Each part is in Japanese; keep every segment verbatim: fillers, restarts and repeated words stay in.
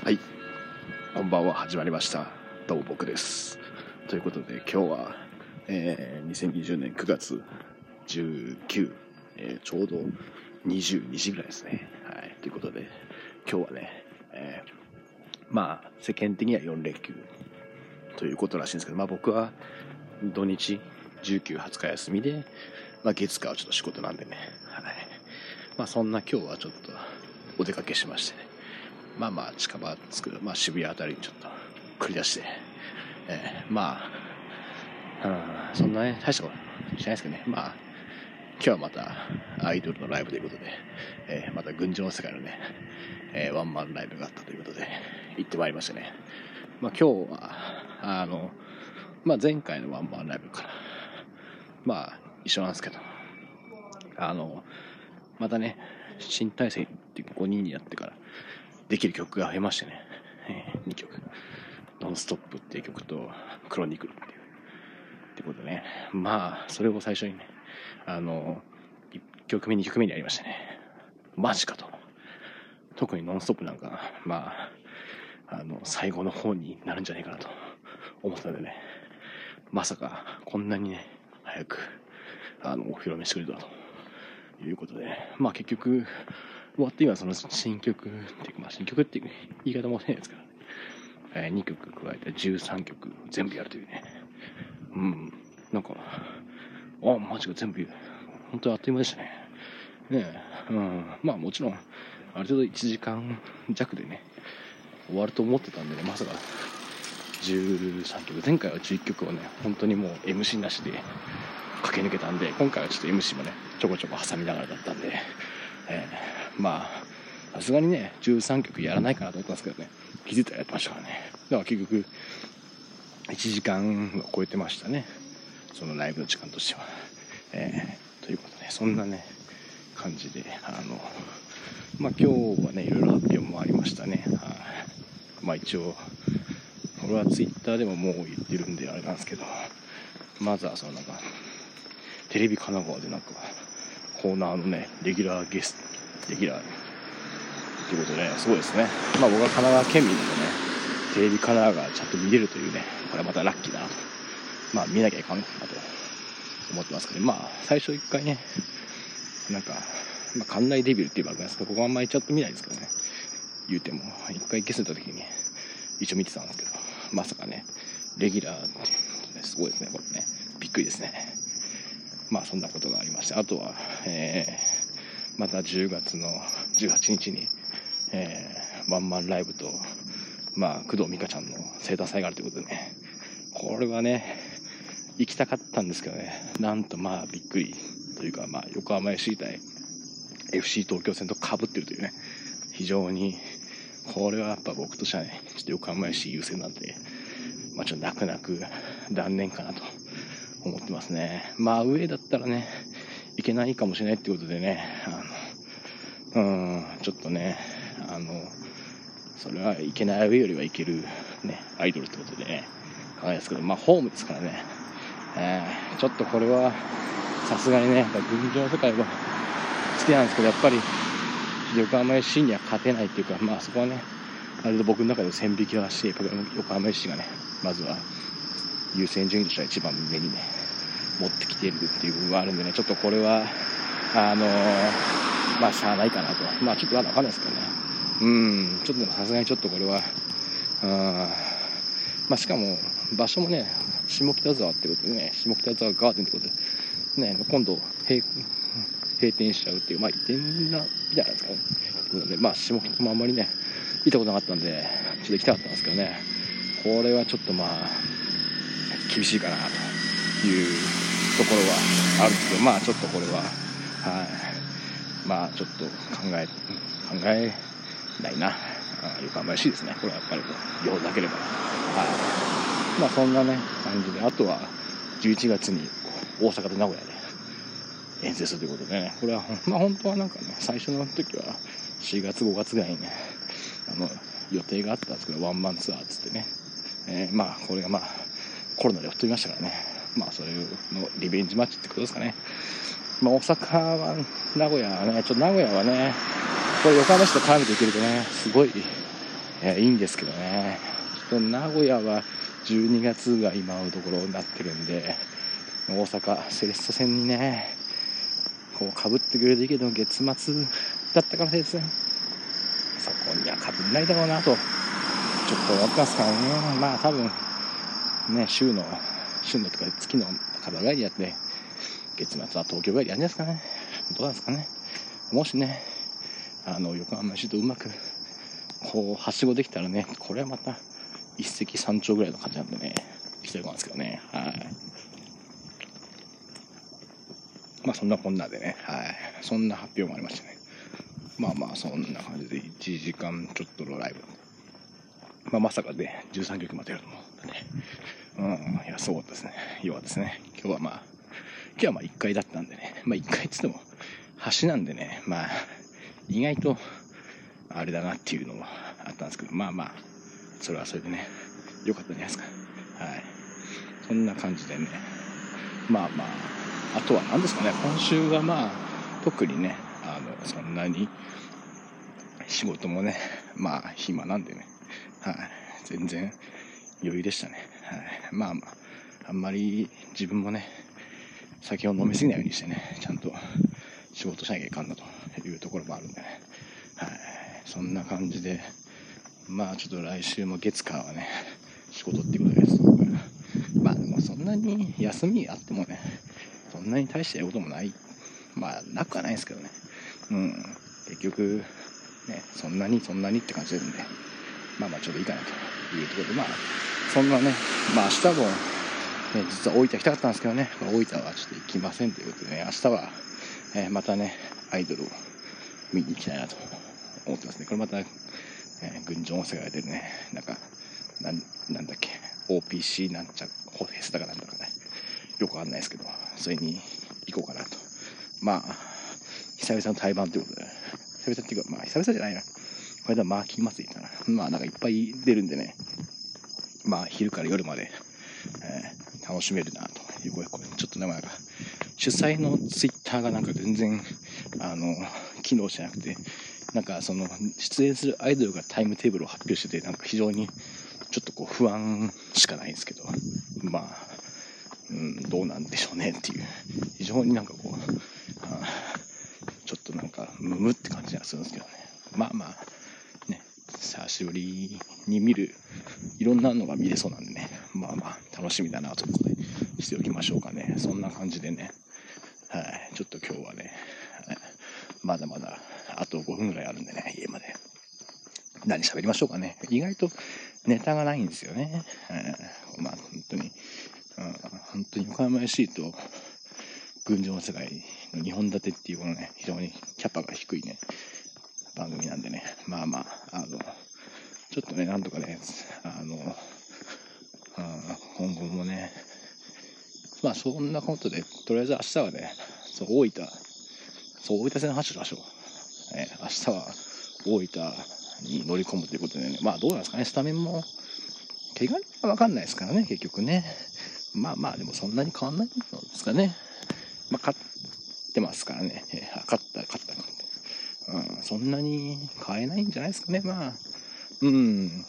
はい、こんばんは。始まりました。どうも僕です。ということで今日は、えー、にせんにじゅうねんくがつじゅうくにち、えー、ちょうどにじゅうにじぐらいですね。はい、ということで今日はね、えー、まあ世間的にはよんれんきゅうということらしいんですけど、まあ僕は土日じゅうく、はつか休みで、まあ、月火はちょっと仕事なんでね、はい、まあそんな今日はちょっとお出かけしましてね、まあまあ近場ですけど、まあ、渋谷あたりにちょっと繰り出して、えー、まあ、うん、そんなね大したことしないですけどね、まあ今日はまたアイドルのライブということで、えー、また群青の世界のね、えー、ワンマンライブがあったということで行ってまいりましたね。まあ今日はあの、まあ、前回のワンマンライブからまあ一緒なんですけど、あのまたね新体制っていうごにんになってからできる曲が増えましてね、えー、にきょくノンストップっていう曲とクロニクルっていうってことでね、まあそれを最初にねあのいっきょくめにきょくめにやりましたね。マジかと。特にノンストップなんかまああの最後の方になるんじゃないかなと思ったんでね、まさかこんなにね早くあのお披露目してくれたということで、まあ結局終わって今その新曲っていうか、まあ新曲っていう言い方も変ですからね、えー、にきょく加えてじゅうさんきょく全部やるというね、うん、なんかあマジか全部本当にあっという間でしたね。ねえ、うん、まあもちろんある程度いちじかんじゃくでね終わると思ってたんでね、まさかじゅうさんきょく、前回はじゅういっきょくをね本当にもう エムシー なしで駆け抜けたんで、今回はちょっと エムシー もねちょこちょこ挟みながらだったんで、えー、まあさすがにねじゅうさんきょくやらないかなと思ったんですけどね、気づいたらやってましたからね。だから結局いちじかんを超えてましたね、そのライブの時間としては。えー、ということでそんなね感じで、あのまあ今日はねいろいろ発表もありましたね。はまあ一応俺はツイッターでももう言ってるんであれなんですけど、まずはそのなんかテレビ神奈川でなんかコーナーのねレギュラーゲストレギュラーということで、ね、すごいですね。まあ僕は神奈川県民でもねテレビ神奈川がちゃんと見れるというね、これはまたラッキーだなと、まあ見なきゃいかんなと思ってますけど、まあ最初一回ねなんか、まあ、館内デビューっていう番組なんですけど、ここはあんまりちゃんと見ないですけどね、言うても一回ゲストの時にね一応見てたんですけど、まさかねレギュラーっていうことですごいですね、これねびっくりですね。まあそんなことがありまして、あとは、えー、またじゅうがつのじゅうはちにちに、えー、ワンマンライブと、まあ工藤美香ちゃんの生誕祭があるということでね、これはね行きたかったんですけどね、なんとまあびっくりというか、まあ横浜 エフシー 対 エフシー 東京戦と被ってるというね、非常にこれはやっぱ僕としてはねちょっと横浜 エフシー 優先なんで、まあちょっと泣く泣く断念かなと思ってますね。まあ上だったらねいけないかもしれないってことでね、あのうんちょっとねあのそれはいけない上よりはいけるねアイドルってことでね考えですけど、まあホームですからね、えー、ちょっとこれはさすがにね群青の世界は好きなんですけど、やっぱり横浜 エフシー には勝てないっていうか、まあそこはねあれで僕の中で線引きはして、横浜 エフシー がねまずは優先順位としては一番目にね持ってきているっていう部分があるんでね、ちょっとこれはあのー、まあしゃあないかなと、まあちょっとまだ分かんないですけどね、うんちょっとさすがにちょっとこれはあまあしかも場所もね下北沢ってことでね、下北沢ガーデンってことでね、今度閉閉店しちゃうっていう、まあ移転なみたいなんですかね。ということで、まあ下北もあんまりね行ったことなかったんでちょっと行きたかったんですけどね、これはちょっとまあ厳しいかなというところはあるんですけど、まあちょっとこれははいまあちょっと考え考えないな、横浜らしいですね、これはやっぱり両方だければ、はいまあそんなね感じで、あとはじゅういちがつに大阪と名古屋で遠征するということでね、これはまあ本当はなんかね最初の時はしがつごがつぐらいにねあの予定があったんですけど、ワンマンツアーっつってね、えー、まあこれがまあコロナで吹っ飛びましたからね、まあそれのリベンジマッチってことですかね。まあ大阪は名古屋はねちょっと名古屋はねこれ横浜市と絡めていけるとねすごいいやいいんですけどね、ちょっと名古屋はじゅうにがつが今のところになってるんで、大阪セレッソ戦にねこうかぶってくれるけど月末だったからですね、そこにはかぶんないだろうなとちょっと思ってますからね。まあ多分ね週の週のとか月の株帰りやって月末は東京帰りやるんですかね。どうなんですかね。もしねあの横浜市とうまくこうはしごできたらね、これはまた一石三鳥ぐらいの感じなんでね、期待なんですけどね。はい。まあそんなこんなでね、はい、そんな発表もありましたね。まあまあそんな感じでいちじかんちょっとのライブ、まあ、まさかでじゅうさんきょくまでやると思うんでね、うん、いやそうですね、要はですね、今日はまあ今日はまあいっかいだったんでね、まあいっかいっつっても橋なんでね、まあ意外とあれだなっていうのもあったんですけど、まあまあそれはそれでね良かったんじゃないですか。はい、そんな感じでね、まあまああとは何ですかね、今週はまあ特にねあのそんなに仕事もねまあ暇なんでね、はい、全然余裕でしたね。はい、まあまああんまり自分もね酒を飲みすぎないようにしてね、ちゃんと仕事しなきゃいかんなというところもあるんでね、はい、そんな感じでまあちょっと来週も月火はね仕事っていうことです。まあでもそんなに休みあってもねそんなに大してやることもない、まあなくはないですけどね、うん結局ねそんなにそんなにって感じなんで、まあまあちょうどいいかなというところで、まあそんなね、まあ明日もね実は大分行きたかったんですけどね、大分はちょっと行きませんということでね、明日は、えー、またねアイドルを見に行きたいなと思ってますね。これまた、えー、群青音声が出るね、なんかなん、なんだっけ オーピーシー なんちゃフェスだかなんだかね、よくわかんないですけど、それに行こうかなと。まあ久々の対バンということで、久々っていうかまあ久々じゃないな、これだマーキー祭りかな、まあなんかいっぱい出るんでね、まあ昼から夜まで、えー、楽しめるなという声、これちょっとね、なんか主催のツイッターがなんか全然あの機能してなくて、なんかその出演するアイドルがタイムテーブルを発表してて、なんか非常にちょっとこう不安しかないんですけど、まあ、うん、どうなんでしょうねっていう、非常になんかこうちょっとなんかムムって感じがするんですけどね。まあまあね、久しぶりに見るいろんなのが見れそうなんでね、まあまあ楽しみだなということでしておきましょうかね。そんな感じでね、はい、ちょっと今日はね、はい、まだまだあとごふんぐらいあるんでね、家まで何喋りましょうかね。意外とネタがないんですよね。うん、まあ本当に、うん、本当に横浜 エスシー と群青の世界のにほん立てっていうこのね非常にキャパが低いね番組なんでね、まあまああのちょっとねなんとかねあの、うん、今後もねまあそんなことでとりあえず明日はねそう大分そう大分戦の話しましょう、ね、明日は大分に乗り込むということでね、まあどうなんですかね、スタメンも怪我は分かんないですからね結局ね、まあまあでもそんなに変わんないのですかね。まあ、勝ってますからね、えー、勝った勝った勝った、うん、そんなに変えないんじゃないですかね。まあうん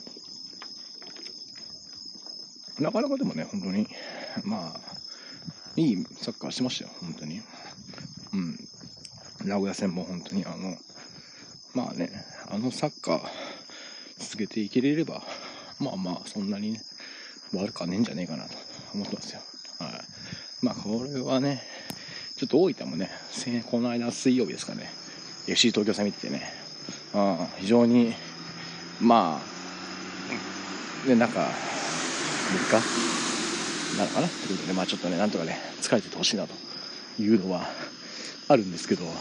なかなかでもね本当にまあいいサッカーしてましたよ本当に。うん名古屋戦も本当にあのまあねあのサッカー続けていけれればまあまあそんなにね悪かねえんじゃねえかなと思ってますよ。はい、まあこれはねちょっと大分もねこの間水曜日ですかね エフシー 東京戦見ててね、うん、非常にまあねなんかみっかなのかなってことで、まあちょっとねなんとかね疲れててほしいなというのはあるんですけど、はい、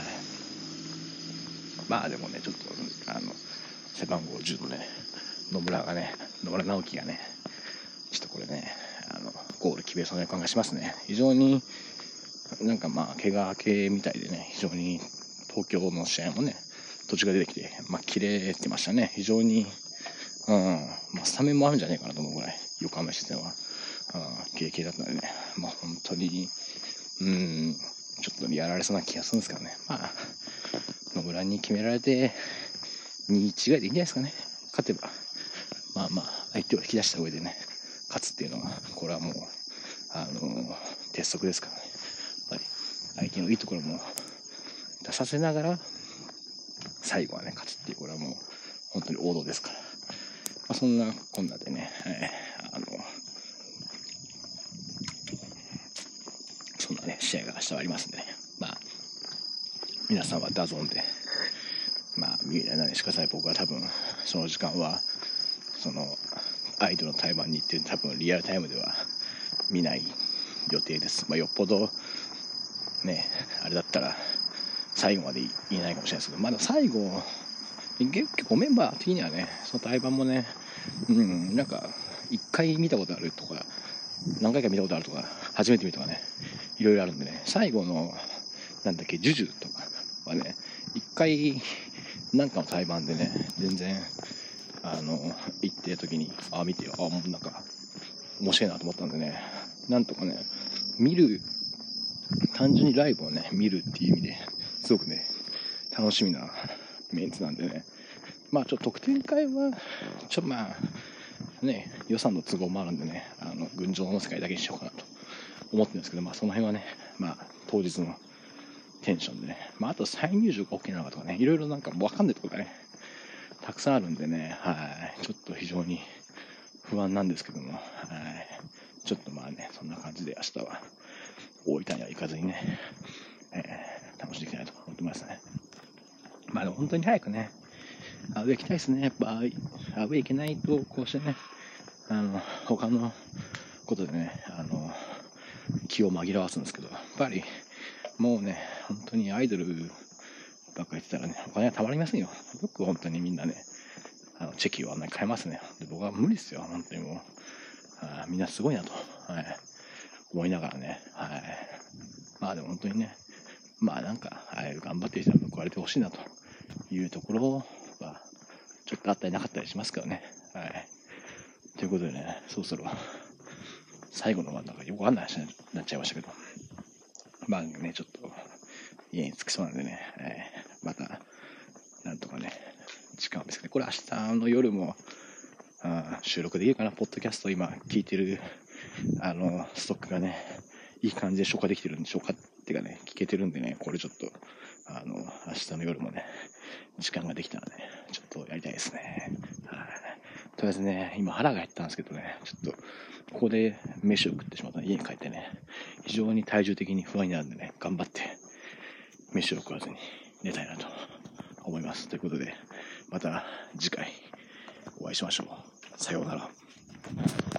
まあでもねちょっとあの背番号じゅうのね野村がね野村直樹がねちょっとこれねあのゴール決めそうな予感がしますね。非常になんかまあ怪我明けみたいでね、非常に東京の試合もね途中が出てきてまあ切れてましたね。非常にうんまあスタメンもあるんじゃないかなと思うぐらい横浜市戦は経験だったのでね、まあ本当にうんちょっとやられそうな気がするんですけどね、まあ野村に決められてにいちぐらいでいいんじゃないですかね。 勝てば、まあまあ、相手を引き出した上でね、勝つっていうのは、これはもう、あの、鉄則ですからね。やっぱり、相手のいいところも出させながら、最後はね、勝つっていう、これはもう、本当に王道ですから。まあ、そんなこんなでね、えー、あの、そんなね、試合が明日はありますんでね。まあ、皆さんはダゾーンで、まあ、見れないでしかさない。僕は多分、その時間は、その、アイドルの対バンに行って、多分リアルタイムでは見ない予定です。まあ、よっぽど、ね、あれだったら、最後まで言えないかもしれないですけど、まだ最後、結構メンバー的にはね、その対バンもね、うん、なんか、一回見たことあるとか、何回か見たことあるとか、初めて見たとかね、いろいろあるんでね、最後の、なんだっけ、ジュジュとかはね、一回、なんかの対バンでね、全然、あの、行ってる時に、あ、見てよ、あ、もうなんか、面白いなと思ったんでね、なんとかね、見る、単純にライブをね、見るっていう意味で、すごくね、楽しみなメンツなんでね、まあちょっと特典会は、ちょっとまあ、ね、予算の都合もあるんでね、あの、群青の世界だけにしようかなと思ってるんですけど、まあその辺はね、まあ当日のテンションでね、まああと再入場が OK なのかとかね、いろいろなんかわかんないところがね、たくさんあるんでね、はい、ちょっと非常に不安なんですけども、はい、ちょっとまあね、そんな感じで明日は大分には行かずにね、えー、楽しんでいきたいと思ってますね。まあでも本当に早くね、アウェー行きたいですね。やっぱアウェー行けないと、こうしてね、あの、他のことでね、あの、気を紛らわすんですけど、やっぱりもうね、本当にアイドルばっかり言ってたらね、お金はたまりませんよ。よく本当にみんなね、あのチェキをあんなに買えますね。で僕は無理ですよ、本当にもう。あみんなすごいなと、はい、思いながらね、はい。まあでも本当にね、まあなんか、はい、頑張ってる人は報われてほしいなというところは、ちょっとあったりなかったりしますけどね。はい。ということでね、そろそろ、最後のなんかよくわかんない話になっちゃいましたけど、まあね、ちょっと、家に着きそうなんでね、えー、また、なんとかね、時間を見つけて、これ明日の夜も、あ収録できるかな、ポッドキャスト今聞いてる、あの、ストックがね、いい感じで消化できてるんで、消化っていうかね、聞けてるんでね、これちょっと、あの、明日の夜もね、時間ができたらね、ちょっとやりたいですね。はい。とりあえずね、今腹が減ったんですけどね、ちょっと、ここで飯を食ってしまったら家に帰ってね、非常に体重的に不安になるんでね、頑張って、飯を食わずに寝たいなと思います。ということで、また次回お会いしましょう。さようなら。